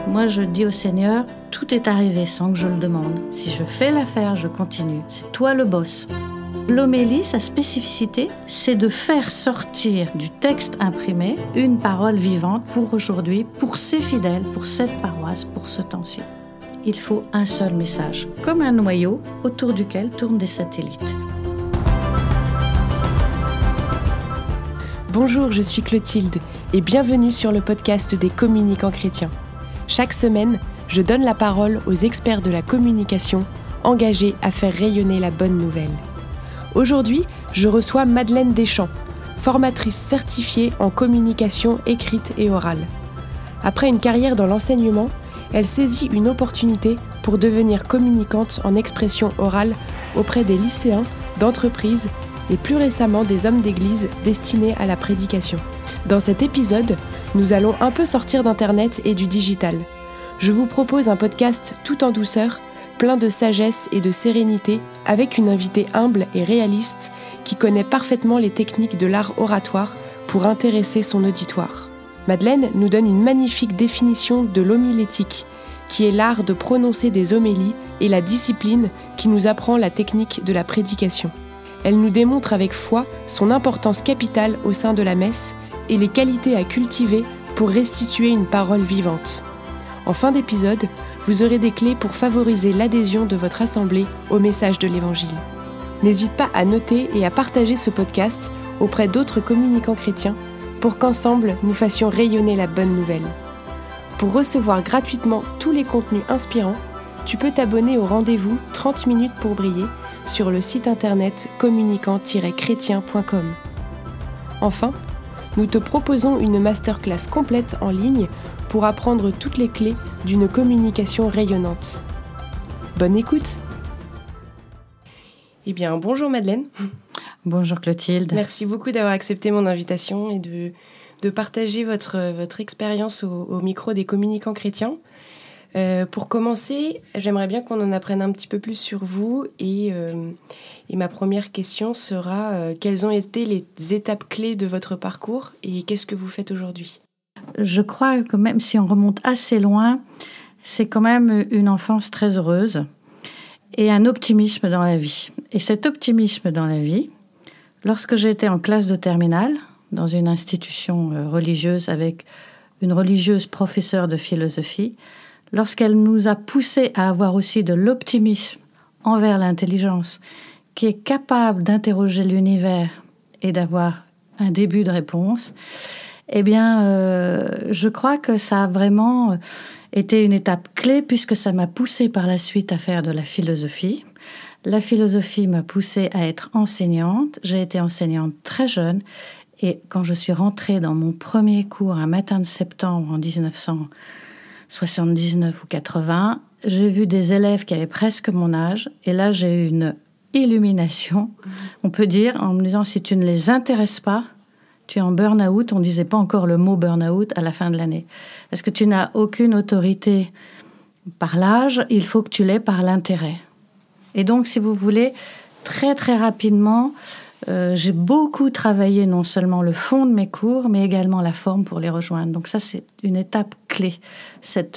Moi, je dis au Seigneur, tout est arrivé sans que je le demande. Si je fais l'affaire, je continue. C'est toi le boss. L'homélie, sa spécificité, c'est de faire sortir du texte imprimé une parole vivante pour aujourd'hui, pour ses fidèles, pour cette paroisse, pour ce temps-ci. Il faut un seul message, comme un noyau autour duquel tournent des satellites. Bonjour, je suis Clotilde et bienvenue sur le podcast des communicants chrétiens. Chaque semaine, je donne la parole aux experts de la communication engagés à faire rayonner la bonne nouvelle. Aujourd'hui, je reçois Madeleine Deschamps, formatrice certifiée en communication écrite et orale. Après une carrière dans l'enseignement, elle saisit une opportunité pour devenir communicante en expression orale auprès des lycéens, d'entreprises et plus récemment des hommes d'église destinés à la prédication. Dans cet épisode, nous allons un peu sortir d'Internet et du digital. Je vous propose un podcast tout en douceur, plein de sagesse et de sérénité, avec une invitée humble et réaliste qui connaît parfaitement les techniques de l'art oratoire pour intéresser son auditoire. Madeleine nous donne une magnifique définition de l'homilétique, qui est l'art de prononcer des homélies et la discipline qui nous apprend la technique de la prédication. Elle nous démontre avec foi son importance capitale au sein de la messe et les qualités à cultiver pour restituer une parole vivante. En fin d'épisode, vous aurez des clés pour favoriser l'adhésion de votre assemblée au message de l'Évangile. N'hésite pas à noter et à partager ce podcast auprès d'autres communicants chrétiens pour qu'ensemble, nous fassions rayonner la bonne nouvelle. Pour recevoir gratuitement tous les contenus inspirants, tu peux t'abonner au rendez-vous 30 minutes pour briller sur le site internet communicant-chrétien.com. Enfin, nous te proposons une masterclass complète en ligne pour apprendre toutes les clés d'une communication rayonnante. Bonne écoute! Eh bien, bonjour Madeleine. Bonjour Clotilde. Merci beaucoup d'avoir accepté mon invitation et de partager votre expérience au micro des communicants chrétiens. Pour commencer, j'aimerais bien qu'on en apprenne un petit peu plus sur vous et ma première question sera quelles ont été les étapes clés de votre parcours et qu'est-ce que vous faites aujourd'hui ? Je crois que même si on remonte assez loin, c'est quand même une enfance très heureuse et un optimisme dans la vie. Et cet optimisme dans la vie, lorsque j'étais en classe de terminale, dans une institution religieuse avec une religieuse professeure de philosophie, lorsqu'elle nous a poussés à avoir aussi de l'optimisme envers l'intelligence, qui est capable d'interroger l'univers et d'avoir un début de réponse, eh bien, je crois que ça a vraiment été une étape clé puisque ça m'a poussée par la suite à faire de la philosophie. La philosophie m'a poussée à être enseignante. J'ai été enseignante très jeune et quand je suis rentrée dans mon premier cours un matin de septembre en 1979 ou 80, j'ai vu des élèves qui avaient presque mon âge et là j'ai eu une illumination, on peut dire, en me disant si tu ne les intéresses pas, tu es en burn-out. On ne disait pas encore le mot burn-out à la fin de l'année. Parce que tu n'as aucune autorité par l'âge, il faut que tu l'aies par l'intérêt. Et donc, si vous voulez, très très rapidement, j'ai beaucoup travaillé non seulement le fond de mes cours, mais également la forme pour les rejoindre. Donc ça, c'est une étape clé. Cet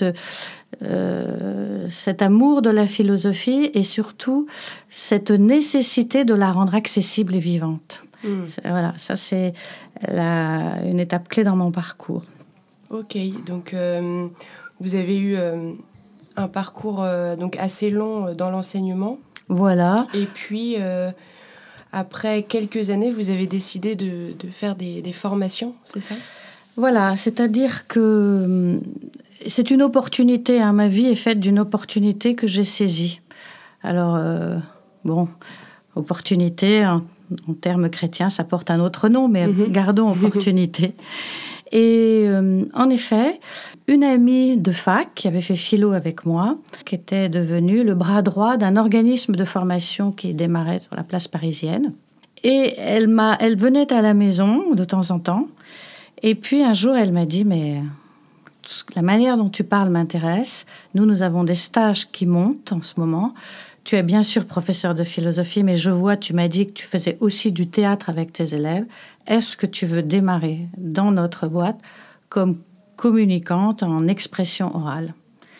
amour de la philosophie et surtout cette nécessité de la rendre accessible et vivante. Voilà, ça c'est une étape clé dans mon parcours. Ok, donc vous avez eu un parcours donc assez long dans l'enseignement. Voilà. Et puis, après quelques années, vous avez décidé de faire des formations, c'est ça ? Voilà, c'est-à-dire que c'est une opportunité. Ma vie est faite d'une opportunité que j'ai saisie. Alors, opportunité, en termes chrétiens, ça porte un autre nom, mais gardons opportunité. Et en effet, une amie de fac qui avait fait philo avec moi, qui était devenue le bras droit d'un organisme de formation qui démarrait sur la place parisienne. Et elle venait à la maison de temps en temps. Et puis un jour, elle m'a dit, mais la manière dont tu parles m'intéresse. Nous avons des stages qui montent en ce moment. Tu es bien sûr professeur de philosophie, mais je vois, tu m'as dit que tu faisais aussi du théâtre avec tes élèves. Est-ce que tu veux démarrer dans notre boîte comme communicante en expression orale.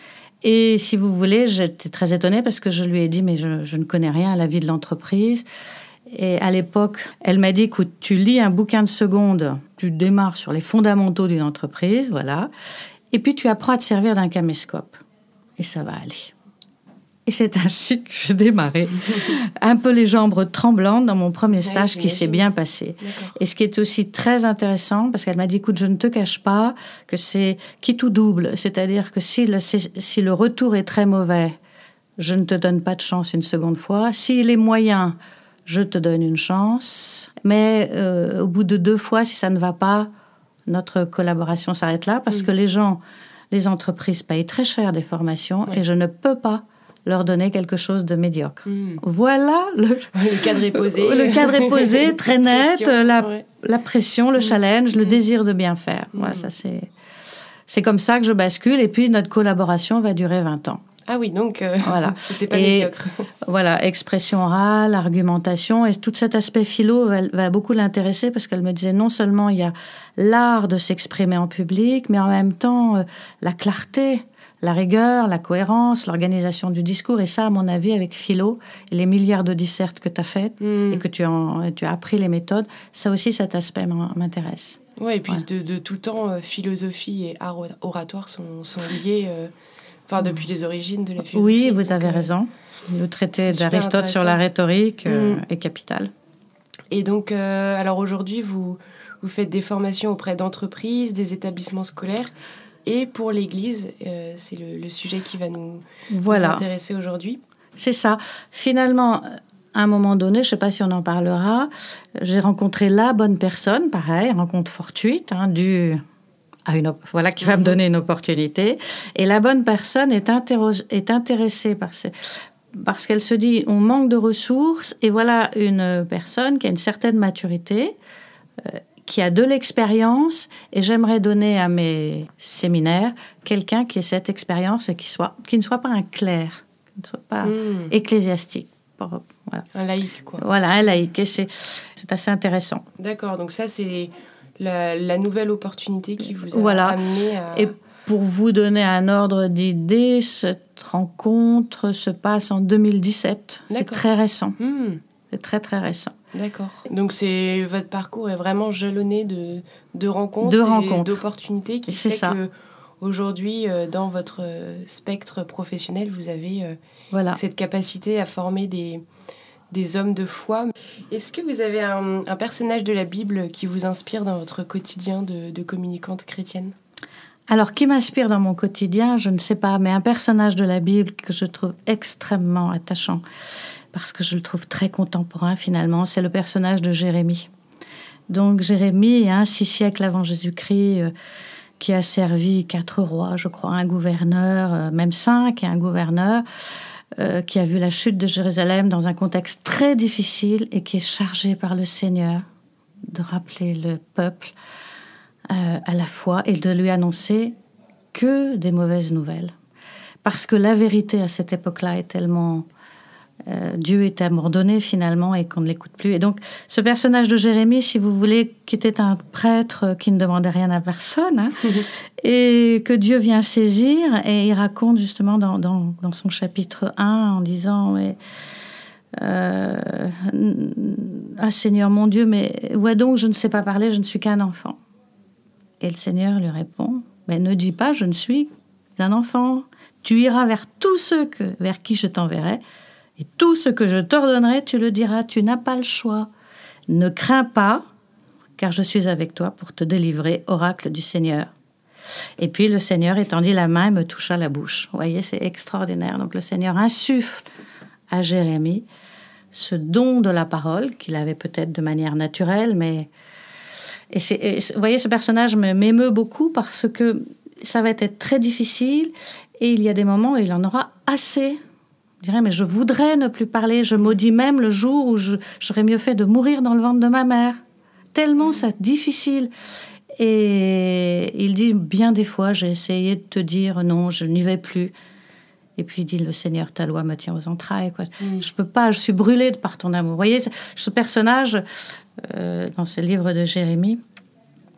Et si vous voulez, j'étais très étonnée parce que je lui ai dit « mais je ne connais rien à la vie de l'entreprise ». Et à l'époque, elle m'a dit « écoute, tu lis un bouquin de seconde, tu démarres sur les fondamentaux d'une entreprise, voilà, et puis tu apprends à te servir d'un caméscope. Et ça va aller ». Et c'est ainsi que je démarrais, un peu les jambes tremblantes dans mon premier stage qui s'est bien passé. D'accord. Et ce qui est aussi très intéressant, parce qu'elle m'a dit, écoute, je ne te cache pas que c'est quitte ou double. C'est-à-dire que si le retour est très mauvais, je ne te donne pas de chance une seconde fois. S'il est moyen, je te donne une chance. Mais au bout de 2 fois, si ça ne va pas, notre collaboration s'arrête là, parce que les entreprises payent très cher des formations et je ne peux pas leur donner quelque chose de médiocre. Voilà le cadre est posé. Le cadre est posé, très net, la pression, le challenge, le désir de bien faire. Voilà, ça, c'est comme ça que je bascule. Et puis, notre collaboration va durer 20 ans. Ah oui, donc voilà. C'était pas médiocre. Voilà, expression orale, argumentation. Et tout cet aspect philo va beaucoup l'intéresser parce qu'elle me disait non seulement il y a l'art de s'exprimer en public, mais en même temps, la clarté, la rigueur, la cohérence, l'organisation du discours. Et ça, à mon avis, avec philo, et les milliards de dissertes que tu as faites et que tu as appris les méthodes, ça aussi, cet aspect m'intéresse. Oui, et puis de tout temps, philosophie et art oratoire sont liés, depuis les origines de la philosophie. Oui, vous avez raison. Le traité d'Aristote sur la rhétorique est capital. Et donc, alors aujourd'hui, vous faites des formations auprès d'entreprises, des établissements scolaires. Et pour l'Église, c'est le sujet qui va nous intéresser aujourd'hui. C'est ça. Finalement, à un moment donné, je ne sais pas si on en parlera, j'ai rencontré la bonne personne, pareil, rencontre fortuite, due à qui va me donner une opportunité. Et la bonne personne est intéressée parce qu'elle se dit, on manque de ressources, et voilà une personne qui a une certaine maturité, qui a de l'expérience, et j'aimerais donner à mes séminaires quelqu'un qui ait cette expérience et qui ne soit pas un clerc, qui ne soit pas ecclésiastique. Voilà. Un laïc, quoi. Voilà, un laïc, et c'est assez intéressant. D'accord, donc ça, c'est la nouvelle opportunité qui vous a amené à... Et pour vous donner un ordre d'idée, cette rencontre se passe en 2017. D'accord. C'est très récent. C'est très, très récent. D'accord. Donc, votre parcours est vraiment jalonné de rencontres et d'opportunités qui fait que aujourd'hui, dans votre spectre professionnel, vous avez cette capacité à former des hommes de foi. Est-ce que vous avez un personnage de la Bible qui vous inspire dans votre quotidien de communicante chrétienne ? Alors, qui m'inspire dans mon quotidien, je ne sais pas, mais un personnage de la Bible que je trouve extrêmement attachant, parce que je le trouve très contemporain finalement, c'est le personnage de Jérémie. Donc Jérémie, 6 siècles avant Jésus-Christ, qui a servi 4 rois, je crois, un gouverneur, même 5 et un gouverneur, qui a vu la chute de Jérusalem dans un contexte très difficile et qui est chargé par le Seigneur de rappeler le peuple à la foi et de lui annoncer que des mauvaises nouvelles. Parce que la vérité à cette époque-là est tellement... Dieu est abandonné finalement et qu'on ne l'écoute plus. Et donc, ce personnage de Jérémie, si vous voulez, qui était un prêtre qui ne demandait rien à personne, et que Dieu vient saisir, et il raconte justement dans son chapitre 1 en disant ah Seigneur mon Dieu, mais où donc je ne sais pas parler, je ne suis qu'un enfant. Et le Seigneur lui répond, mais ne dis pas je ne suis qu'un enfant. Tu iras vers tous ceux vers qui je t'enverrai. Et tout ce que je t'ordonnerai, tu le diras, tu n'as pas le choix. Ne crains pas, car je suis avec toi pour te délivrer, oracle du Seigneur. Et puis le Seigneur étendit la main et me toucha la bouche. Vous voyez, c'est extraordinaire. Donc le Seigneur insuffle à Jérémie ce don de la parole, qu'il avait peut-être de manière naturelle, mais... Et vous voyez, ce personnage m'émeut beaucoup parce que ça va être très difficile et il y a des moments où il en aura assez. Je dirais, mais je voudrais ne plus parler. Je maudis même le jour où j'aurais mieux fait de mourir dans le ventre de ma mère. Tellement c'est difficile. Et il dit, bien des fois, j'ai essayé de te dire, non, je n'y vais plus. Et puis il dit, le Seigneur, ta loi me tient aux entrailles. Quoi. Je peux pas, je suis brûlée par ton amour. Vous voyez, ce personnage, dans ce livre de Jérémie,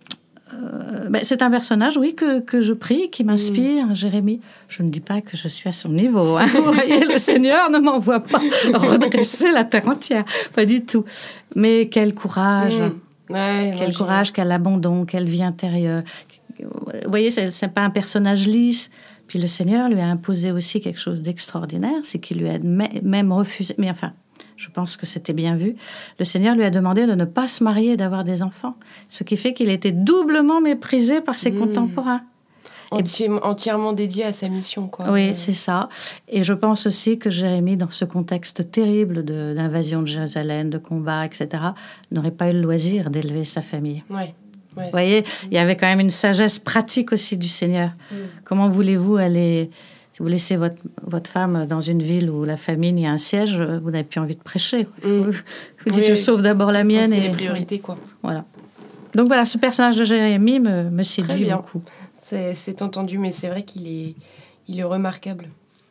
C'est un personnage, oui, que je prie, qui m'inspire, Jérémie. Je ne dis pas que je suis à son niveau. Hein. Vous voyez, le Seigneur ne m'envoie pas redresser la terre entière. Pas du tout. Mais quel courage. Quel courage, quel abandon, quelle vie intérieure. Vous voyez, c'est pas un personnage lisse. Puis le Seigneur lui a imposé aussi quelque chose d'extraordinaire, c'est qu'il lui a même refusé... Mais enfin... Je pense que c'était bien vu. Le Seigneur lui a demandé de ne pas se marier et d'avoir des enfants. Ce qui fait qu'il était doublement méprisé par ses contemporains. Entièrement dédié à sa mission, quoi. Oui, c'est ça. Et je pense aussi que Jérémie, dans ce contexte terrible d'invasion de Jérusalem, de combat, etc., n'aurait pas eu le loisir d'élever sa famille. Ouais. Vous voyez, il y avait quand même une sagesse pratique aussi du Seigneur. Comment voulez-vous aller... Si vous laissez votre femme dans une ville où la famine, il y a un siège, vous n'avez plus envie de prêcher. Vous dites, je sauve d'abord la mienne. C'est les priorités, quoi. Voilà. Donc voilà, ce personnage de Jérémie me séduit beaucoup. C'est entendu, mais c'est vrai qu'il est remarquable.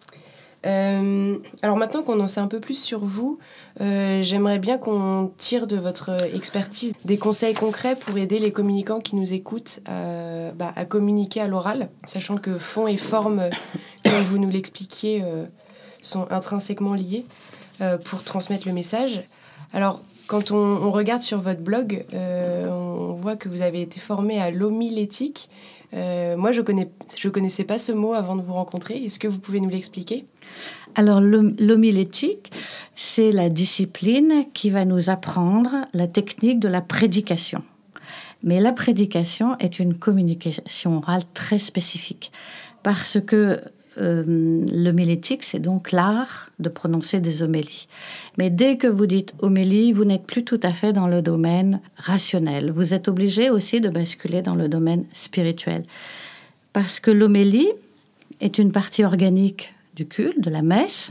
Alors maintenant qu'on en sait un peu plus sur vous, j'aimerais bien qu'on tire de votre expertise des conseils concrets pour aider les communicants qui nous écoutent à communiquer à l'oral, sachant que fond et forme, comme vous nous l'expliquiez, sont intrinsèquement liés pour transmettre le message. Alors, quand on regarde sur votre blog, on voit que vous avez été formé à l'homilétique. Moi, je connaissais pas ce mot avant de vous rencontrer. Est-ce que vous pouvez nous l'expliquer ? Alors, l'homilétique, c'est la discipline qui va nous apprendre la technique de la prédication. Mais la prédication est une communication orale très spécifique parce que l'homilétique, c'est donc l'art de prononcer des homélies. Mais dès que vous dites homélie, vous n'êtes plus tout à fait dans le domaine rationnel. Vous êtes obligé aussi de basculer dans le domaine spirituel. Parce que l'homélie est une partie organique du culte, de la messe,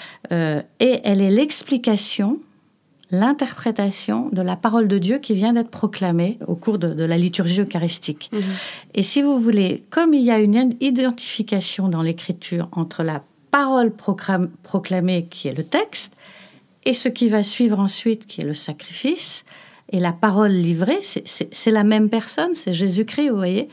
et elle est l'explication, l'interprétation de la parole de Dieu qui vient d'être proclamée au cours de la liturgie eucharistique. Et si vous voulez, comme il y a une identification dans l'Écriture entre la parole proclamée, qui est le texte, et ce qui va suivre ensuite, qui est le sacrifice, et la parole livrée, c'est la même personne, c'est Jésus-Christ, vous voyez.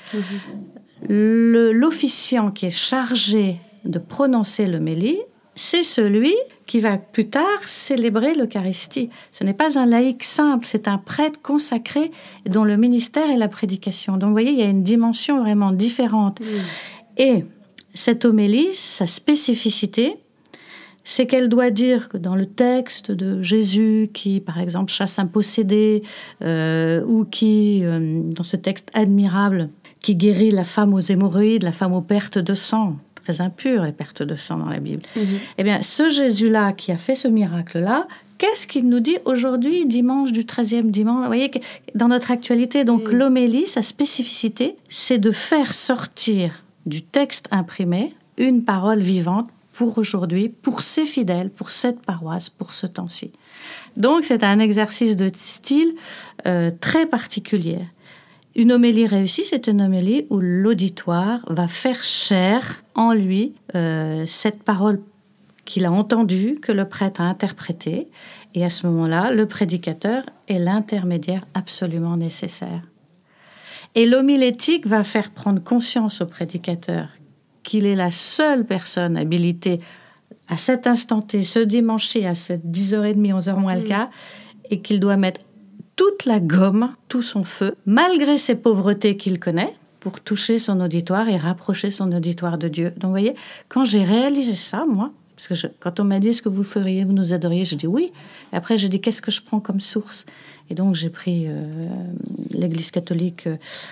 L'officiant qui est chargé de prononcer l'homélie, c'est celui qui va plus tard célébrer l'Eucharistie. Ce n'est pas un laïc simple, c'est un prêtre consacré dont le ministère est la prédication. Donc vous voyez, il y a une dimension vraiment différente. Et cette homélie, sa spécificité, c'est qu'elle doit dire que dans le texte de Jésus qui, par exemple, chasse un possédé, ou qui, dans ce texte admirable, qui guérit la femme aux hémorroïdes, la femme aux pertes de sang, très impures les pertes de sang dans la Bible. Eh bien, ce Jésus-là qui a fait ce miracle-là, qu'est-ce qu'il nous dit aujourd'hui, dimanche du 13e dimanche ? Vous voyez, dans notre actualité, donc l'homélie, sa spécificité, c'est de faire sortir du texte imprimé une parole vivante pour aujourd'hui, pour ses fidèles, pour cette paroisse, pour ce temps-ci. Donc, c'est un exercice de style très particulier. Une homélie réussie, c'est une homélie où l'auditoire va faire chair en lui cette parole qu'il a entendue, que le prêtre a interprétée. Et à ce moment-là, le prédicateur est l'intermédiaire absolument nécessaire. Et l'homilétique va faire prendre conscience au prédicateur qu'il est la seule personne habilitée à cet instant T, ce dimanche-ci, à 10h30, 11h moins le quart, et qu'il doit mettre toute la gomme, tout son feu, malgré ses pauvretés qu'il connaît, pour toucher son auditoire et rapprocher son auditoire de Dieu. Donc, vous voyez, quand j'ai réalisé ça, moi, parce que quand on m'a dit « ce que vous feriez, vous nous aideriez », j'ai dit oui. Et après, j'ai dit « qu'est-ce que je prends comme source ?» Et donc, j'ai pris l'Église catholique,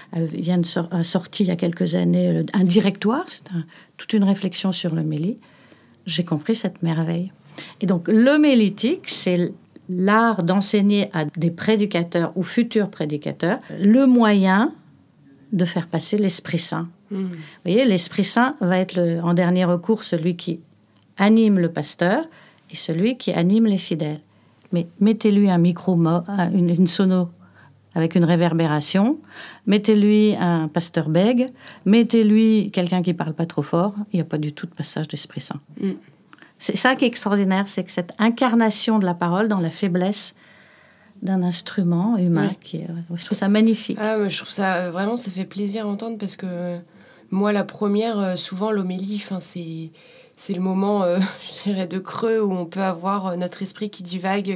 a sorti il y a quelques années un directoire, c'est toute une réflexion sur l'homélie. J'ai compris cette merveille. Et donc, l'homélétique, c'est l'art d'enseigner à des prédicateurs ou futurs prédicateurs le moyen de faire passer l'Esprit Saint. Vous voyez, l'Esprit Saint va être en dernier recours celui qui anime le pasteur et celui qui anime les fidèles. Mais mettez-lui un micro, une sono avec une réverbération, mettez-lui un pasteur bègue, mettez-lui quelqu'un qui parle pas trop fort, il n'y a pas du tout de passage d'Esprit Saint. C'est ça qui est extraordinaire, c'est que cette incarnation de la parole dans la faiblesse d'un instrument humain. Je trouve ça magnifique. Ah, je trouve ça vraiment, ça fait plaisir à entendre parce que moi, la première, souvent l'homélie, c'est le moment, je dirais, de creux où on peut avoir notre esprit qui divague,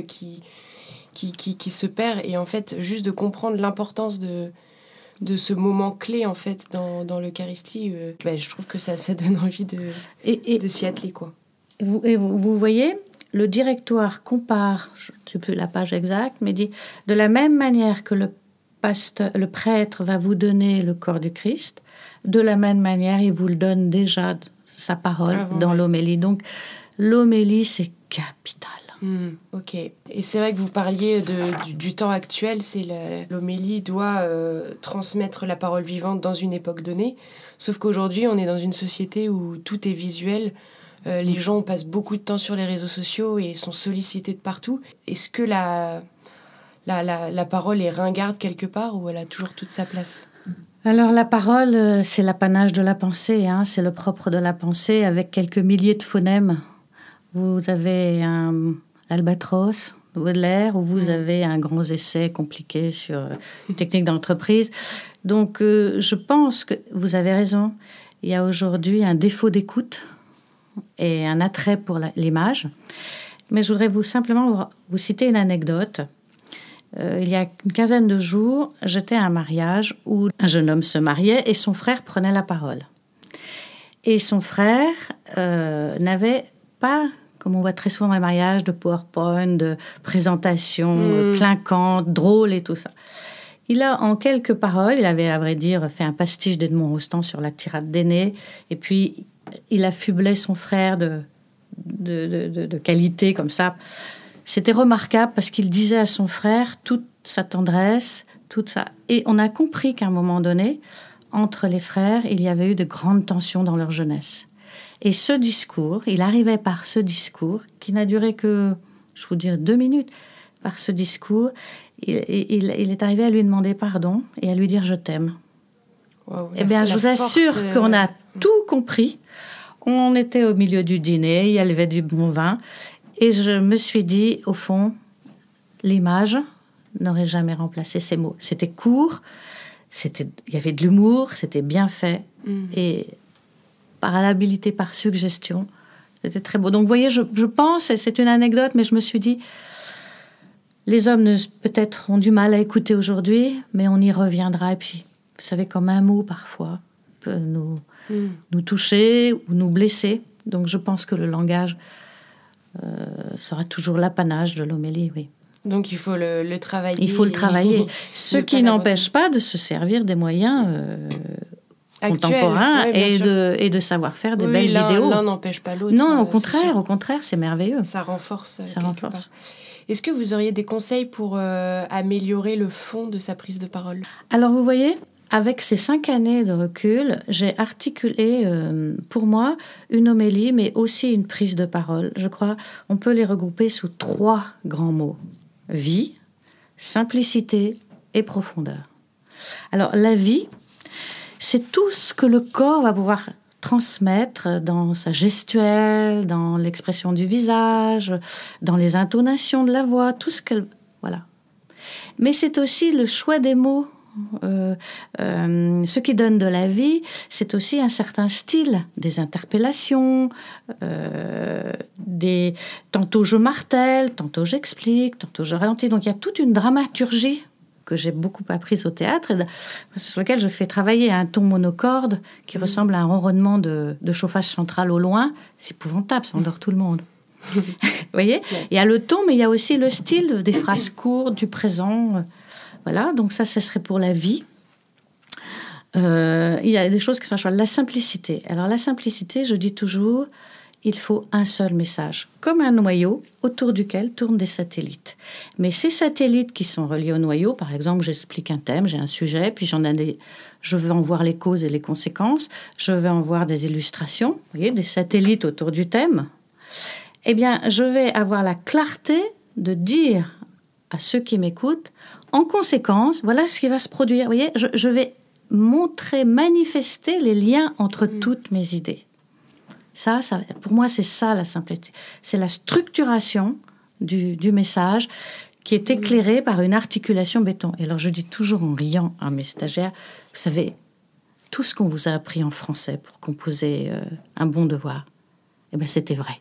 qui se perd. Et en fait, juste de comprendre l'importance de ce moment clé, en fait, dans l'Eucharistie, je trouve que ça donne envie de s'y atteler, quoi. Vous voyez, le directoire compare, je ne sais plus la page exacte, mais dit, de la même manière que le prêtre va vous donner le corps du Christ, de la même manière, il vous le donne déjà, sa parole, dans l'homélie. Donc, l'homélie, c'est capital. Ok. Et c'est vrai que vous parliez du temps actuel, l'homélie doit transmettre la parole vivante dans une époque donnée, sauf qu'aujourd'hui, on est dans une société où tout est visuel. Les gens passent beaucoup de temps sur les réseaux sociaux et sont sollicités de partout. Est-ce que la parole est ringarde quelque part ou elle a toujours toute sa place ? Alors la parole, c'est l'apanage de la pensée, c'est le propre de la pensée avec quelques milliers de phonèmes. Vous avez l'albatros de Baudelaire, où vous avez un grand essai compliqué sur une technique d'entreprise. Donc je pense que vous avez raison. Il y a aujourd'hui un défaut d'écoute et un attrait pour l'image. Mais je voudrais simplement vous citer une anecdote. Il y a une quinzaine de jours, j'étais à un mariage où un jeune homme se mariait et son frère prenait la parole. Et son frère n'avait pas, comme on voit très souvent dans les mariages, de PowerPoint, de présentation clinquante, drôle et tout ça. Il a, en quelques paroles, il avait à vrai dire fait un pastiche d'Edmond Rostand sur la tirade d'Aîné, et puis il affublait son frère de qualité comme ça. C'était remarquable parce qu'il disait à son frère toute sa tendresse, toute ça. Et on a compris qu'à un moment donné, entre les frères, il y avait eu de grandes tensions dans leur jeunesse. Et ce discours, il arrivait par ce discours, qui n'a duré que, je vous dirais, 2 minutes. Par ce discours, il est arrivé à lui demander pardon et à lui dire « je t'aime ». Eh bien, je vous assure qu'on a tout compris. On était au milieu du dîner, il y avait du bon vin. Et je me suis dit, au fond, l'image n'aurait jamais remplacé ces mots. C'était court, il y avait de l'humour, c'était bien fait. Et par habilité, par suggestion, c'était très beau. Donc, vous voyez, je pense, et c'est une anecdote, mais je me suis dit, les hommes peut-être ont du mal à écouter aujourd'hui, mais on y reviendra. Et puis, vous savez, comme un mot, parfois, peut nous toucher ou nous blesser. Donc, je pense que le langage sera toujours l'apanage de l'homélie, oui. Donc il faut le travailler. Il faut le travailler. Ce qui n'empêche pas de se servir des moyens contemporains et de savoir faire des belles vidéos. L'un n'empêche pas l'autre. Non, au contraire, c'est merveilleux. Ça renforce. Est-ce que vous auriez des conseils pour améliorer le fond de sa prise de parole ? Alors vous voyez, avec ces 5 années de recul, j'ai articulé, pour moi, une homélie, mais aussi une prise de parole. Je crois on peut les regrouper sous 3 grands mots. Vie, simplicité et profondeur. Alors, la vie, c'est tout ce que le corps va pouvoir transmettre dans sa gestuelle, dans l'expression du visage, dans les intonations de la voix, tout ce qu'elle... Voilà. Mais c'est aussi le choix des mots. Ce qui donne de la vie, c'est aussi un certain style, des interpellations, tantôt je martèle, tantôt j'explique, tantôt je ralentis. Donc il y a toute une dramaturgie que j'ai beaucoup apprise au théâtre, sur laquelle je fais travailler un ton monocorde qui ressemble à un ronronnement de chauffage central au loin. C'est épouvantable, ça endort tout le monde. Vous voyez ? Il y a le ton, mais il y a aussi le style des phrases courtes, du présent. Voilà, donc ça serait pour la vie. Il y a des choses qui sont choisies. La simplicité. Alors la simplicité, je dis toujours, il faut un seul message. Comme un noyau autour duquel tournent des satellites. Mais ces satellites qui sont reliés au noyau, par exemple, j'explique un thème, j'ai un sujet, puis je veux en voir les causes et les conséquences, je veux en voir des illustrations, vous voyez, des satellites autour du thème. Eh bien, je vais avoir la clarté de dire à ceux qui m'écoutent, en conséquence, voilà ce qui va se produire. Vous voyez, je vais manifester les liens entre toutes mes idées. Ça, pour moi, c'est ça la simplicité. C'est la structuration du message qui est éclairé par une articulation béton. Et alors, je dis toujours en riant à mes stagiaires, vous savez, tout ce qu'on vous a appris en français pour composer un bon devoir, eh ben, c'était vrai.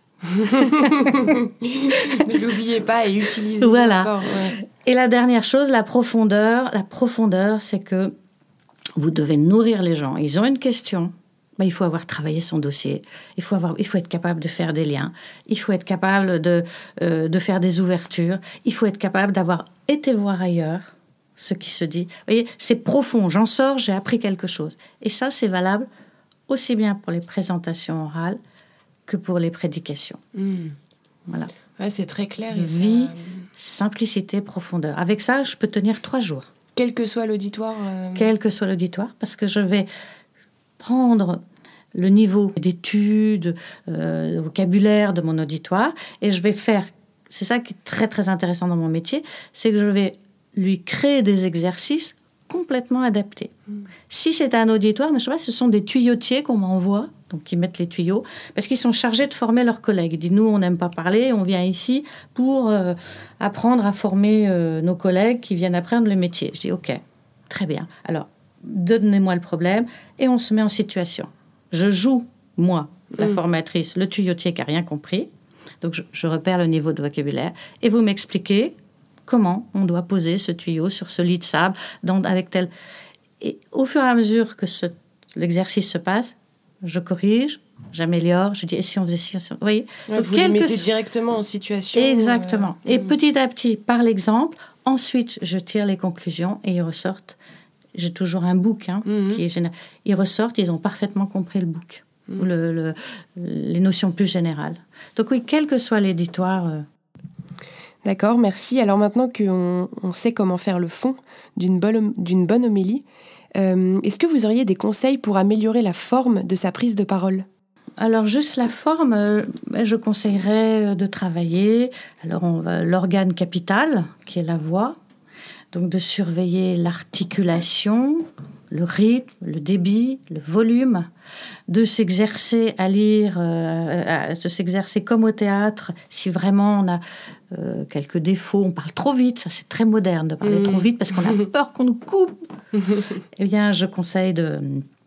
Ne l'oubliez pas et utilisez-le voilà. encore. Ouais. Et la dernière chose, la profondeur, c'est que vous devez nourrir les gens. Ils ont une question. Il faut avoir travaillé son dossier. Il faut être capable de faire des liens. Il faut être capable de faire des ouvertures. Il faut être capable d'avoir été voir ailleurs ce qui se dit. Vous voyez, c'est profond. J'en sors, j'ai appris quelque chose. Et ça, c'est valable aussi bien pour les présentations orales que pour les prédications. Voilà. Ouais, c'est très clair. Vie, simplicité, profondeur. Avec ça, je peux tenir 3 jours. Quel que soit l'auditoire. Quel que soit l'auditoire, parce que je vais prendre le niveau d'études, de vocabulaire de mon auditoire, et je vais faire, c'est ça qui est très très intéressant dans mon métier, c'est que je vais lui créer des exercices complètement adaptés. Si c'est un auditoire, mais je sais pas, ce sont des tuyautiers qu'on m'envoie, donc qui mettent les tuyaux, parce qu'ils sont chargés de former leurs collègues. Ils disent, nous, on n'aime pas parler, on vient ici pour apprendre à former nos collègues qui viennent apprendre le métier. Je dis, ok, très bien. Alors, donnez-moi le problème et on se met en situation. Je joue, moi, la formatrice, le tuyautier qui n'a rien compris. Donc, je repère le niveau de vocabulaire. Et vous m'expliquez comment on doit poser ce tuyau sur ce lit de sable avec tel... Et au fur et à mesure que l'exercice se passe, je corrige, j'améliore, je dis, et si on faisait ci, vous voyez. Ouais, donc, vous les mettez directement en situation. Exactement. Et petit à petit, par l'exemple, ensuite, je tire les conclusions et ils ressortent. J'ai toujours un book qui est général. Ils ressortent, ils ont parfaitement compris le book, ou les notions plus générales. Donc oui, quel que soit l'éditoire. D'accord, merci. Alors maintenant qu'on sait comment faire le fond d'une bonne homélie, est-ce que vous auriez des conseils pour améliorer la forme de sa prise de parole ? Alors, juste la forme, je conseillerais de travailler l'organe capital, qui est la voix. Donc, de surveiller l'articulation, le rythme, le débit, le volume, de s'exercer à lire, de s'exercer comme au théâtre. Si vraiment on a quelques défauts, on parle trop vite, ça c'est très moderne de parler trop vite parce qu'on a peur qu'on nous coupe. Eh bien, je conseille de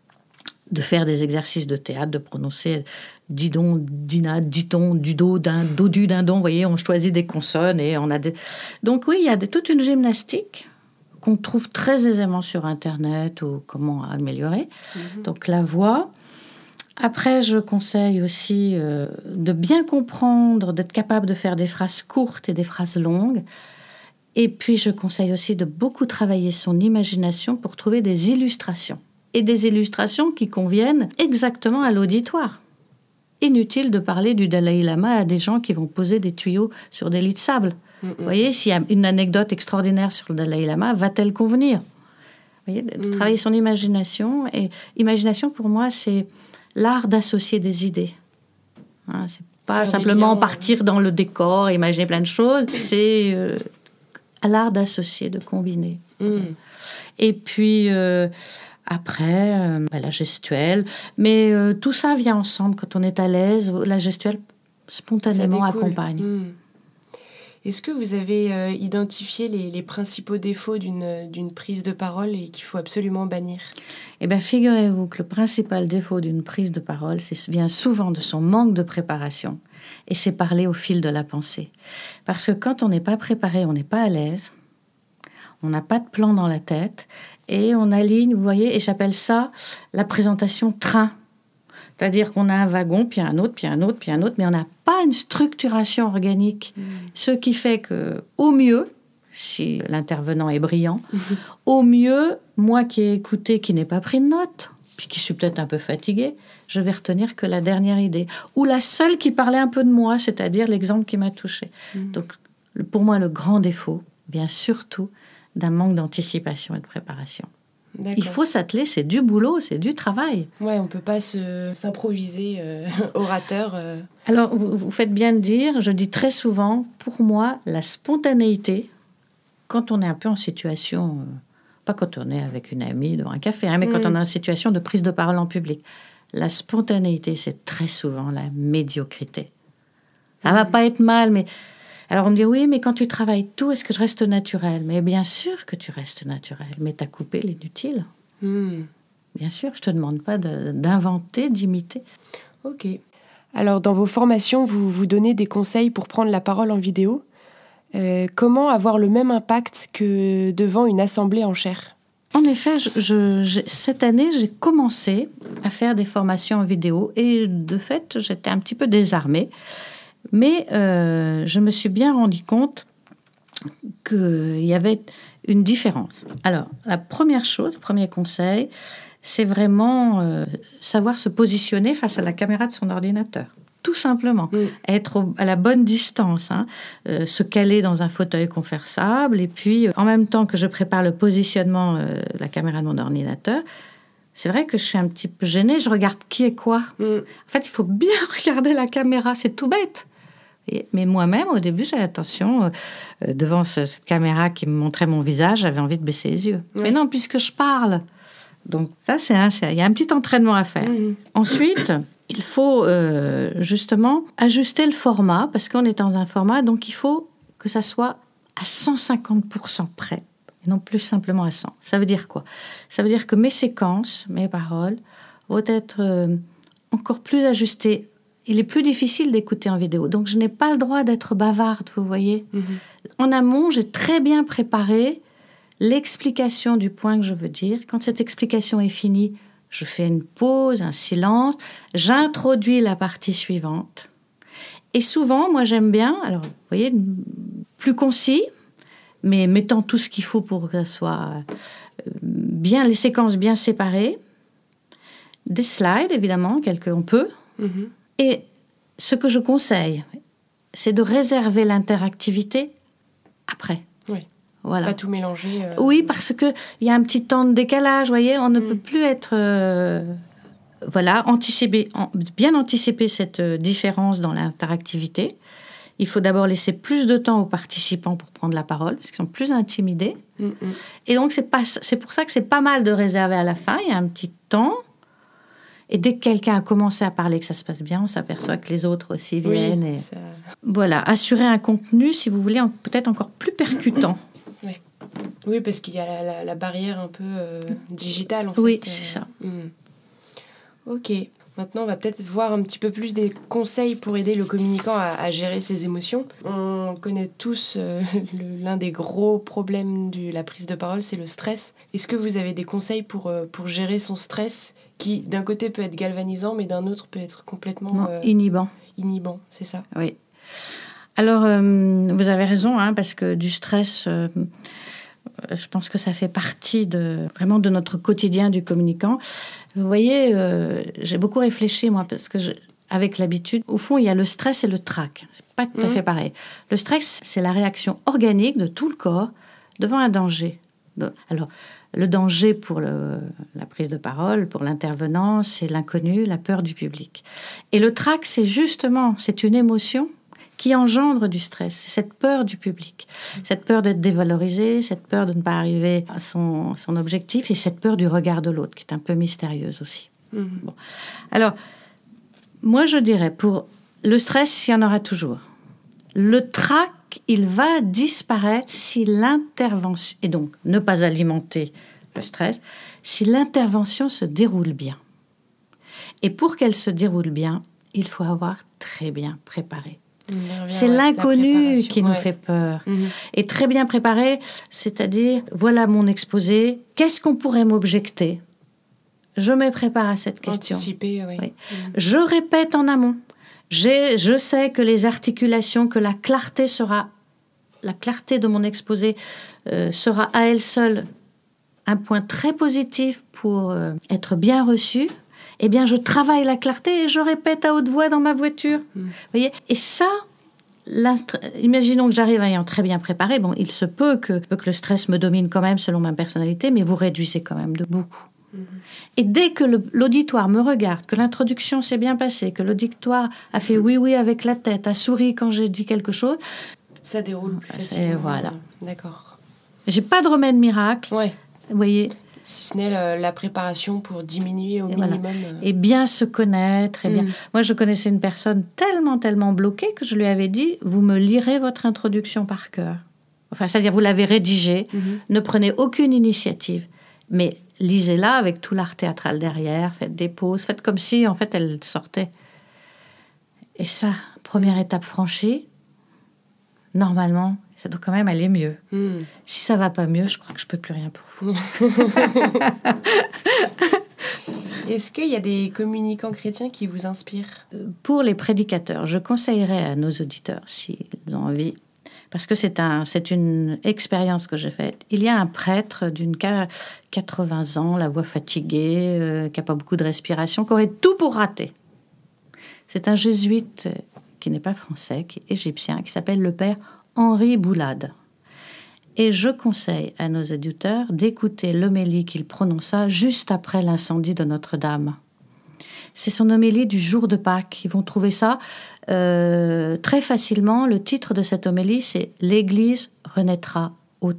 faire des exercices de théâtre, de prononcer didon, dina, diton, dudo, dodu, dindon. Vous voyez, on choisit des consonnes et on a des... Donc oui, il y a toute une gymnastique qu'on trouve très aisément sur Internet ou comment améliorer. Donc la voix. Après, je conseille aussi de bien comprendre, d'être capable de faire des phrases courtes et des phrases longues. Et puis, je conseille aussi de beaucoup travailler son imagination pour trouver des illustrations. Et des illustrations qui conviennent exactement à l'auditoire. Inutile de parler du Dalai Lama à des gens qui vont poser des tuyaux sur des lits de sable. Vous voyez, s'il y a une anecdote extraordinaire sur le Dalai Lama, va-t-elle convenir ? Vous voyez, de travailler son imagination. Et imagination, pour moi, c'est l'art d'associer des idées. C'est pas simplement partir dans le décor, imaginer plein de choses. C'est l'art d'associer, de combiner. Et puis... Après, la gestuelle. Mais tout ça vient ensemble. Quand on est à l'aise, la gestuelle, spontanément, accompagne. Est-ce que vous avez identifié les principaux défauts d'une prise de parole et qu'il faut absolument bannir ? Eh bien, figurez-vous que le principal défaut d'une prise de parole, vient souvent de son manque de préparation. Et c'est parler au fil de la pensée. Parce que quand on n'est pas préparé, on n'est pas à l'aise. On n'a pas de plan dans la tête. Et on aligne, vous voyez, et j'appelle ça la présentation train. C'est-à-dire qu'on a un wagon, puis un autre, puis un autre, puis un autre, mais on n'a pas une structuration organique. Ce qui fait que, au mieux, si l'intervenant est brillant, au mieux, moi qui ai écouté, qui n'ai pas pris de notes, puis qui suis peut-être un peu fatiguée, je vais retenir que la dernière idée. Ou la seule qui parlait un peu de moi, c'est-à-dire l'exemple qui m'a touchée. Donc, pour moi, le grand défaut vient surtout d'un manque d'anticipation et de préparation. D'accord. Il faut s'atteler, c'est du boulot, c'est du travail. Ouais, on ne peut pas s'improviser orateur. Alors, vous faites bien de dire, je dis très souvent, pour moi, la spontanéité, quand on est un peu en situation, pas quand on est avec une amie devant un café, mais quand on est en situation de prise de parole en public, la spontanéité, c'est très souvent la médiocrité. Ça ne va pas être mal, mais Alors on me dit, oui, mais quand tu travailles tout, est-ce que je reste naturelle? Mais bien sûr que tu restes naturelle, mais tu as coupé l'inutile. Bien sûr, je ne te demande pas d'inventer, d'imiter. Ok. Alors, dans vos formations, vous donnez des conseils pour prendre la parole en vidéo. Comment avoir le même impact que devant une assemblée en chair? En effet, cette année, j'ai commencé à faire des formations en vidéo et de fait, j'étais un petit peu désarmée. Mais je me suis bien rendu compte qu'il y avait une différence. Alors, la première chose, le premier conseil, c'est vraiment savoir se positionner face à la caméra de son ordinateur. Tout simplement. Être à la bonne distance, se caler dans un fauteuil confortable et puis, en même temps que je prépare le positionnement de la caméra de mon ordinateur, c'est vrai que je suis un petit peu gênée, je regarde qui est quoi. En fait, il faut bien regarder la caméra, c'est tout bête. Mais moi-même, au début, j'avais attention, devant cette caméra qui me montrait mon visage, j'avais envie de baisser les yeux. Mais non, puisque je parle. Donc ça, il y a un petit entraînement à faire. Ensuite, il faut justement ajuster le format, parce qu'on est dans un format, donc il faut que ça soit à 150% prêt, et non plus simplement à 100. Ça veut dire quoi? Ça veut dire que mes séquences, mes paroles, vont être encore plus ajustées. Il est plus difficile d'écouter en vidéo, donc je n'ai pas le droit d'être bavarde, vous voyez. En amont, j'ai très bien préparé l'explication du point que je veux dire. Quand cette explication est finie, je fais une pause, un silence, j'introduis la partie suivante. Et souvent, moi j'aime bien, alors vous voyez, plus concis, mais mettant tout ce qu'il faut pour que ça soit bien, les séquences bien séparées, des slides évidemment, quelques on peut. Et ce que je conseille, c'est de réserver l'interactivité après. Oui. Voilà. Pas tout mélanger. Oui, parce qu'il y a un petit temps de décalage, vous voyez, on ne peut plus être... bien anticiper cette différence dans l'interactivité. Il faut d'abord laisser plus de temps aux participants pour prendre la parole, parce qu'ils sont plus intimidés. Et donc, c'est pour ça que c'est pas mal de réserver à la fin. Il y a un petit temps. Et dès que quelqu'un a commencé à parler, que ça se passe bien, on s'aperçoit que les autres aussi viennent. Oui, Voilà, assurer un contenu, si vous voulez, peut-être encore plus percutant. Oui, parce qu'il y a la barrière un peu digitale, en fait. Oui, c'est ça. Ok. Maintenant, on va peut-être voir un petit peu plus des conseils pour aider le communicant à gérer ses émotions. On connaît tous l'un des gros problèmes de la prise de parole, c'est le stress. Est-ce que vous avez des conseils pour gérer son stress qui, d'un côté, peut être galvanisant, mais d'un autre, peut être complètement... inhibant. Inhibant, c'est ça. Oui. Alors, vous avez raison, parce que du stress... je pense que ça fait partie vraiment de notre quotidien du communicant. Vous voyez, j'ai beaucoup réfléchi, moi, parce que avec l'habitude, au fond, il y a le stress et le trac. C'est pas tout à fait pareil. Le stress, c'est la réaction organique de tout le corps devant un danger. Alors, le danger pour la prise de parole, pour l'intervenant, c'est l'inconnu, la peur du public. Et le trac, c'est une émotion qui engendre du stress. C'est cette peur du public, cette peur d'être dévalorisé, cette peur de ne pas arriver à son objectif et cette peur du regard de l'autre, qui est un peu mystérieuse aussi. Bon. Alors, moi je dirais, pour le stress, il y en aura toujours. Le trac, il va disparaître si l'intervention, et donc ne pas alimenter le stress, si l'intervention se déroule bien. Et pour qu'elle se déroule bien, il faut avoir très bien préparé. C'est l'inconnu qui nous fait peur. Et très bien préparé, c'est-à-dire, voilà mon exposé, qu'est-ce qu'on pourrait m'objecter? Je me prépare à cette question. Anticiper, oui. Je répète en amont. Je sais que les articulations, que la clarté de mon exposé sera à elle seule un point très positif pour être bien reçu. Eh bien, je travaille la clarté et je répète à haute voix dans ma voiture. Voyez ? Et ça, imaginons que j'arrive ayant très bien préparé. Bon, il se peut que le stress me domine quand même selon ma personnalité, mais vous réduisez quand même de beaucoup. Et dès que l'auditoire me regarde, que l'introduction s'est bien passée, que l'auditoire a fait oui avec la tête, a souri quand j'ai dit quelque chose, ça déroule plus facilement. Voilà. D'accord. J'ai pas de remède miracle. Ouais. Vous voyez. Si ce n'est la préparation pour diminuer au minimum. Voilà. Et bien se connaître. Et bien... Moi, je connaissais une personne tellement bloquée que je lui avais dit, vous me lirez votre introduction par cœur. Enfin, c'est-à-dire, vous l'avez rédigée, ne prenez aucune initiative, mais lisez-la avec tout l'art théâtral derrière, faites des pauses, faites comme si, en fait, elle sortait. Et ça, première étape franchie, normalement, ça doit quand même aller mieux. Si ça va pas mieux, je crois que je peux plus rien pour vous. Est-ce qu'il y a des communicants chrétiens qui vous inspirent ? Pour les prédicateurs, je conseillerais à nos auditeurs, s'ils ont envie, parce que c'est une expérience que j'ai faite. Il y a un prêtre d'une 80 ans, la voix fatiguée, qui n'a pas beaucoup de respiration, qui aurait tout pour rater. C'est un jésuite qui n'est pas français, qui est égyptien, qui s'appelle le père Henri Boulade. Et je conseille à nos auditeurs d'écouter l'homélie qu'il prononça juste après l'incendie de Notre-Dame. C'est son homélie du jour de Pâques. Ils vont trouver ça très facilement. Le titre de cette homélie, c'est « L'Église renaîtra autrement ».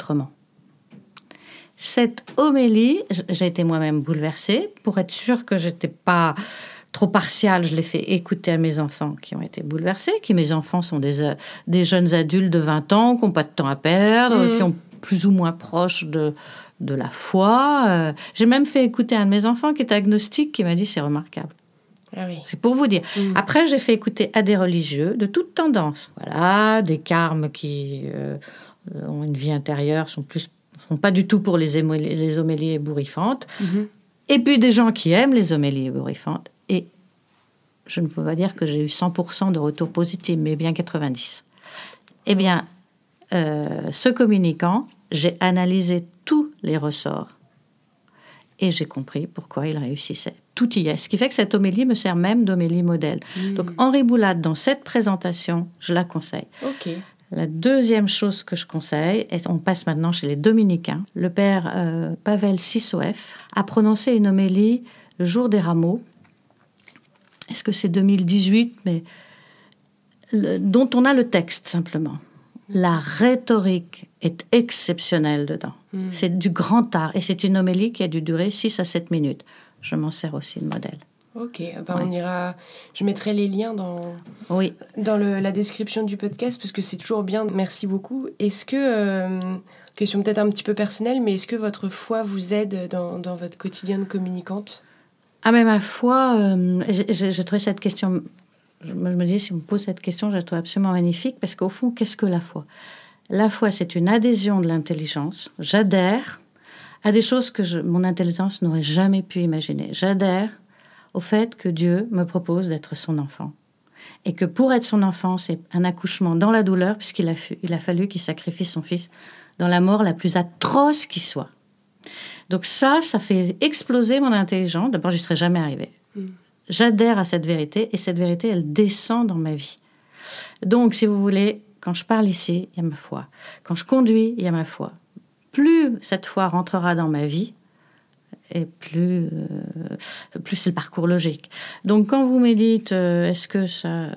Cette homélie, j'ai été moi-même bouleversée. Pour être sûre que je n'étais pas trop partiale, je l'ai fait écouter à mes enfants qui ont été bouleversés, mes enfants sont des jeunes adultes de 20 ans qui n'ont pas de temps à perdre, qui sont plus ou moins proches de la foi. J'ai même fait écouter un de mes enfants qui est agnostique, qui m'a dit « c'est remarquable ». Ah oui. C'est pour vous dire. Après, j'ai fait écouter à des religieux de toute tendance. Voilà, des carmes qui ont une vie intérieure, sont pas du tout pour les homélies ébouriffantes. Et puis des gens qui aiment les homélies ébouriffantes. Et je ne peux pas dire que j'ai eu 100% de retours positifs, mais bien 90%. Eh bien, ce communicant, j'ai analysé tous les ressorts. Et j'ai compris pourquoi il réussissait. Tout y est. Ce qui fait que cette homélie me sert même d'homélie modèle. Donc, Henri Boulade, dans cette présentation, je la conseille. Ok. La deuxième chose que je conseille, et on passe maintenant chez les dominicains, le père Pavel Sissoef a prononcé une homélie le jour des rameaux. Est-ce que c'est 2018, mais dont on a le texte simplement. La rhétorique est exceptionnelle dedans. C'est du grand art. Et c'est une homélie qui a dû durer 6 à 7 minutes. Je m'en sers aussi de modèle. Ok, on ira. Je mettrai les liens dans la description du podcast parce que c'est toujours bien. Merci beaucoup. Est-ce que, question peut-être un petit peu personnelle, mais est-ce que votre foi vous aide dans votre quotidien de communicante ? Ah mais ma foi, j'ai trouvé cette question. Je me dis, si on me pose cette question, je la trouve absolument magnifique parce qu'au fond, qu'est-ce que la foi ? La foi, c'est une adhésion de l'intelligence. J'adhère à des choses que mon intelligence n'aurait jamais pu imaginer. J'adhère au fait que Dieu me propose d'être son enfant. Et que pour être son enfant, c'est un accouchement dans la douleur, puisqu'il a fallu qu'il sacrifie son fils dans la mort la plus atroce qui soit. Donc ça fait exploser mon intelligence. D'abord, j'y serais jamais arrivée. J'adhère à cette vérité, et cette vérité, elle descend dans ma vie. Donc, si vous voulez, quand je parle ici, il y a ma foi. Quand je conduis, il y a ma foi. Plus cette foi rentrera dans ma vie, et plus c'est le parcours logique. Donc, quand vous me dites, est-ce que ça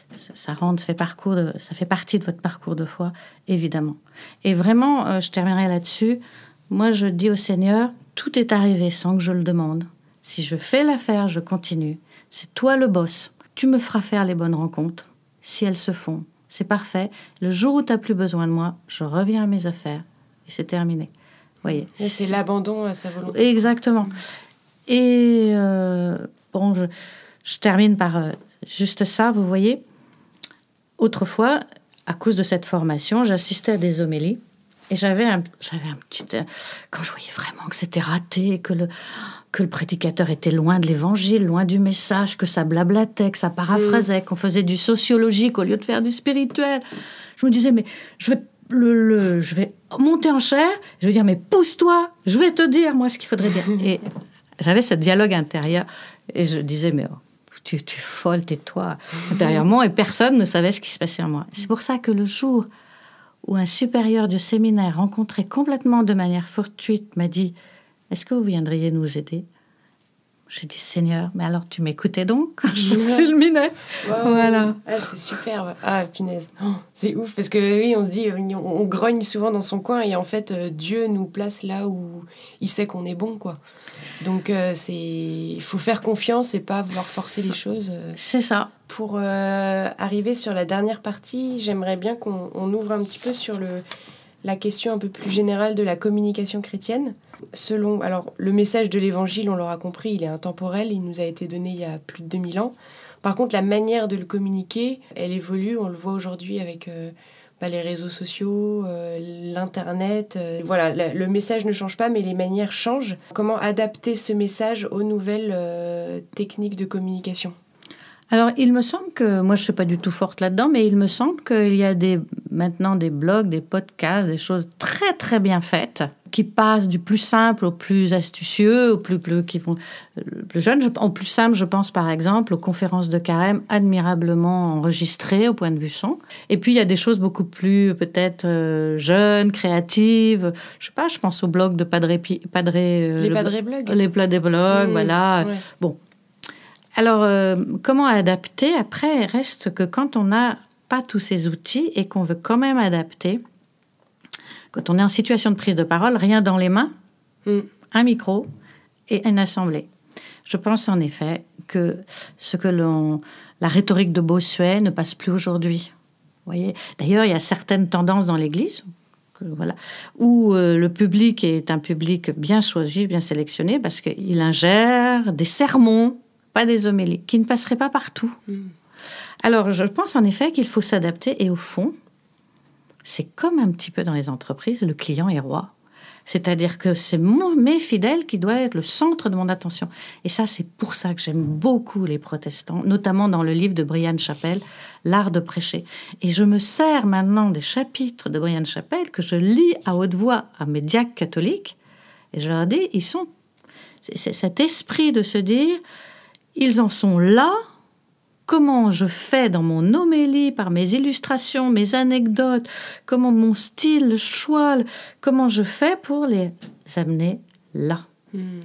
fait partie de votre parcours de foi ? Évidemment. Et vraiment, je terminerai là-dessus. Moi, je dis au Seigneur, tout est arrivé sans que je le demande. Si je fais l'affaire, je continue. C'est toi le boss. Tu me feras faire les bonnes rencontres. Si elles se font, c'est parfait. Le jour où tu n'as plus besoin de moi, je reviens à mes affaires. Et c'est terminé. Voyez. Et c'est l'abandon à sa volonté. Exactement. Et je termine par juste ça, vous voyez. Autrefois, à cause de cette formation, j'assistais à des homélies. Et j'avais un petit... Quand je voyais vraiment que c'était raté, que le prédicateur était loin de l'évangile, loin du message, que ça blablatait, que ça paraphrasait, qu'on faisait du sociologique au lieu de faire du spirituel. Je me disais, mais je vais monter en chair, je vais dire, mais pousse-toi, je vais te dire, moi, ce qu'il faudrait dire. Et j'avais ce dialogue intérieur, et je disais, mais tu es folle, tais-toi, intérieurement, et personne ne savait ce qui se passait en moi. C'est pour ça que le jour où un supérieur du séminaire rencontré complètement de manière fortuite m'a dit « Est-ce que vous viendriez nous aider ?» J'ai dit, Seigneur, mais alors tu m'écoutais donc quand je fulminais. Wow. Voilà. Ah, c'est superbe. Ah, punaise. Oh, c'est ouf, parce que oui, on se dit, on grogne souvent dans son coin, et en fait, Dieu nous place là où il sait qu'on est bon, quoi. Donc, il faut faire confiance et pas vouloir forcer les choses. C'est ça. Pour arriver sur la dernière partie, j'aimerais bien qu'on ouvre un petit peu sur la question un peu plus générale de la communication chrétienne. Alors, le message de l'Évangile, on l'aura compris, il est intemporel, il nous a été donné il y a plus de 2000 ans. Par contre, la manière de le communiquer, elle évolue, on le voit aujourd'hui avec les réseaux sociaux, l'Internet. Voilà, le message ne change pas, mais les manières changent. Comment adapter ce message aux nouvelles techniques de communication ? Alors, il me semble que, moi je ne suis pas du tout forte là-dedans, mais il me semble qu'il y a maintenant des blogs, des podcasts, des choses très très bien faites, qui passent du plus simple au plus astucieux, au plus jeune. Au plus simple, je pense par exemple aux conférences de carême admirablement enregistrées au point de vue son. Et puis il y a des choses beaucoup plus peut-être jeunes, créatives. Je sais pas, je pense au blog de Padre les Padre blogs. Les Padre blogs, voilà. Ouais. Bon. Alors, comment adapter ? Après, il reste que quand on n'a pas tous ces outils et qu'on veut quand même adapter, quand on est en situation de prise de parole, rien dans les mains, un micro et une assemblée. Je pense en effet que la rhétorique de Bossuet ne passe plus aujourd'hui. Vous voyez ? D'ailleurs, il y a certaines tendances dans l'Église, où le public est un public bien choisi, bien sélectionné, parce qu'il ingère des sermons, pas des homélies, qui ne passeraient pas partout. Alors, je pense en effet qu'il faut s'adapter, et au fond, c'est comme un petit peu dans les entreprises, le client est roi. C'est-à-dire que c'est mes fidèles qui doivent être le centre de mon attention. Et ça, c'est pour ça que j'aime beaucoup les protestants, notamment dans le livre de Brian Chappell, L'art de prêcher. Et je me sers maintenant des chapitres de Brian Chappell que je lis à haute voix à mes diacres catholiques, et je leur dis, c'est cet esprit de se dire, ils en sont là. Comment je fais dans mon homélie, par mes illustrations, mes anecdotes, comment mon style, le choix, comment je fais pour les amener là. Voyez ?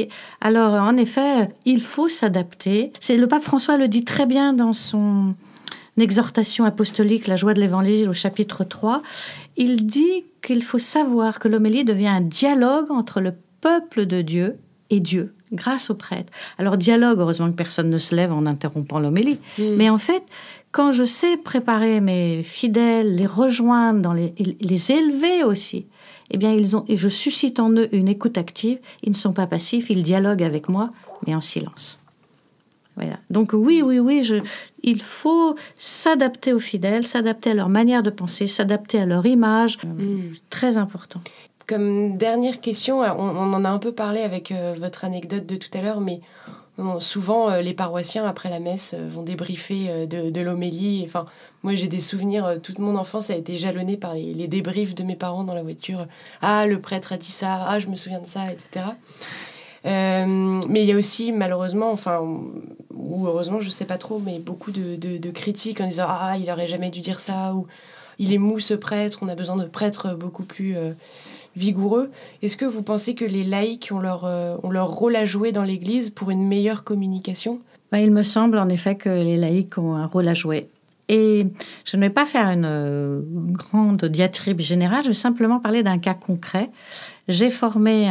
Alors, en effet, il faut s'adapter. Le pape François le dit très bien dans son exhortation apostolique, La joie de l'Évangile, au chapitre 3. Il dit qu'il faut savoir que l'homélie devient un dialogue entre le peuple de Dieu et Dieu, grâce aux prêtres. Alors, dialogue, heureusement que personne ne se lève en interrompant l'homélie. Mais en fait, quand je sais préparer mes fidèles, les rejoindre, les élever aussi, eh bien, et je suscite en eux une écoute active, ils ne sont pas passifs, ils dialoguent avec moi, mais en silence. Voilà. Donc oui, il faut s'adapter aux fidèles, s'adapter à leur manière de penser, s'adapter à leur image. Très important. Comme dernière question, on en a un peu parlé avec votre anecdote de tout à l'heure, mais souvent les paroissiens après la messe vont débriefer de l'homélie. Enfin, moi j'ai des souvenirs, toute mon enfance a été jalonnée par les débriefs de mes parents dans la voiture. Ah, le prêtre a dit ça, ah, je me souviens de ça, etc. Mais il y a aussi malheureusement, ou heureusement, je sais pas trop, mais beaucoup de critiques en disant ah, il aurait jamais dû dire ça, ou il est mou ce prêtre, on a besoin de prêtres beaucoup plus vigoureux. Est-ce que vous pensez que les laïcs ont leur rôle à jouer dans l'Église pour une meilleure communication ? Il me semble en effet que les laïcs ont un rôle à jouer. Et je ne vais pas faire une grande diatribe générale, je vais simplement parler d'un cas concret. J'ai formé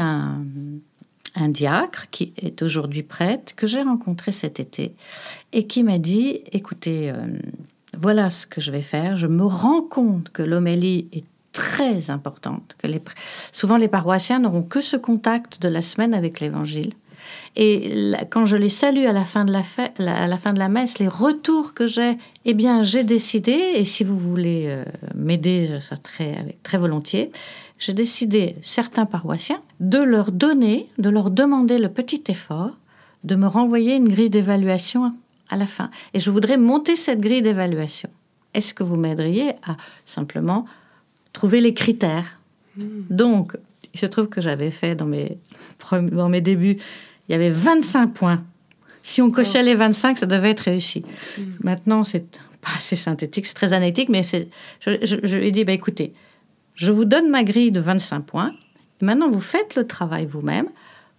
un diacre qui est aujourd'hui prêtre, que j'ai rencontré cet été, et qui m'a dit, écoutez, voilà ce que je vais faire. Je me rends compte que l'homélie est très importante, que souvent les paroissiens n'auront que ce contact de la semaine avec l'Évangile. Et quand je les salue à la fin de la messe, les retours que j'ai, eh bien, j'ai décidé, et si vous voulez m'aider, ça avec très volontiers, j'ai décidé, certains paroissiens, de leur demander le petit effort de me renvoyer une grille d'évaluation à la fin. Et je voudrais monter cette grille d'évaluation. Est-ce que vous m'aideriez à simplement trouver les critères ? Donc, il se trouve que j'avais fait dans mes débuts, il y avait 25 points. Si on cochait les 25, ça devait être réussi. Maintenant, c'est pas assez synthétique, c'est très analytique, mais je lui ai dit, écoutez, je vous donne ma grille de 25 points. Et maintenant, vous faites le travail vous-même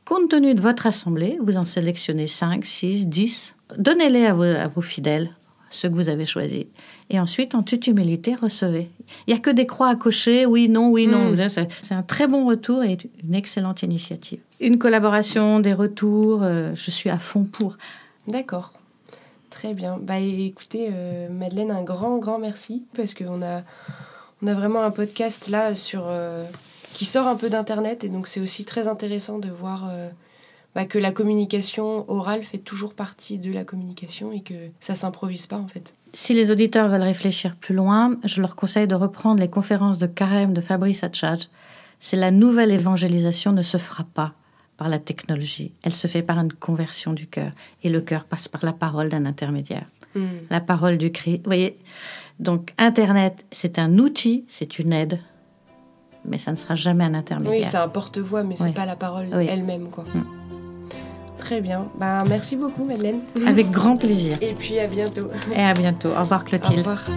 Compte tenu de votre assemblée, vous en sélectionnez 5, 6, 10. Donnez-les à vos fidèles, ceux que vous avez choisis. Et ensuite, en toute humilité, recevez. Il n'y a que des croix à cocher, oui, non, oui, non. C'est un très bon retour et une excellente initiative. Une collaboration, des retours, je suis à fond pour. D'accord. Très bien. Écoutez, Madeleine, un grand merci parce qu'on a vraiment un podcast là qui sort un peu d'Internet et donc c'est aussi très intéressant de voir que la communication orale fait toujours partie de la communication et que ça s'improvise pas en fait. Si les auditeurs veulent réfléchir plus loin, je leur conseille de reprendre les conférences de Carême de Fabrice Hachach. C'est la nouvelle évangélisation ne se fera pas par la technologie. Elle se fait par une conversion du cœur. Et le cœur passe par la parole d'un intermédiaire. La parole du Christ. Vous voyez, donc Internet, c'est un outil, c'est une aide, mais ça ne sera jamais un intermédiaire. Oui, c'est un porte-voix, mais c'est pas la parole elle-même, quoi. Très bien. Merci beaucoup, Madeleine. Avec grand plaisir. Et puis à bientôt. Et à bientôt. Au revoir, Clotilde. Au revoir.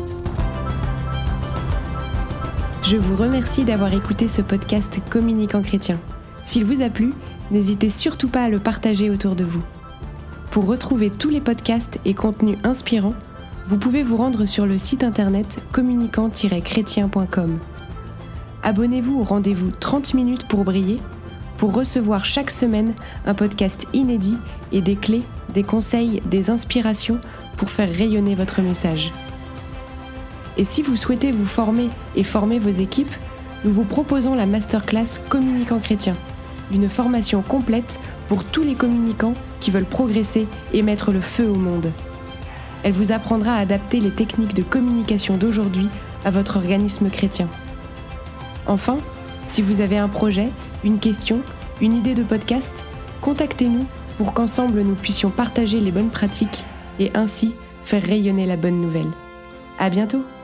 Je vous remercie d'avoir écouté ce podcast Communicant Chrétien. S'il vous a plu, n'hésitez surtout pas à le partager autour de vous. Pour retrouver tous les podcasts et contenus inspirants, vous pouvez vous rendre sur le site internet communicant-chrétien.com. Abonnez-vous au rendez-vous 30 minutes pour briller, pour recevoir chaque semaine un podcast inédit et des clés, des conseils, des inspirations pour faire rayonner votre message. Et si vous souhaitez vous former et former vos équipes, nous vous proposons la masterclass Communicant Chrétien, une formation complète pour tous les communicants qui veulent progresser et mettre le feu au monde. Elle vous apprendra à adapter les techniques de communication d'aujourd'hui à votre organisme chrétien. Enfin, si vous avez un projet, une question, une idée de podcast, contactez-nous pour qu'ensemble nous puissions partager les bonnes pratiques et ainsi faire rayonner la bonne nouvelle. À bientôt!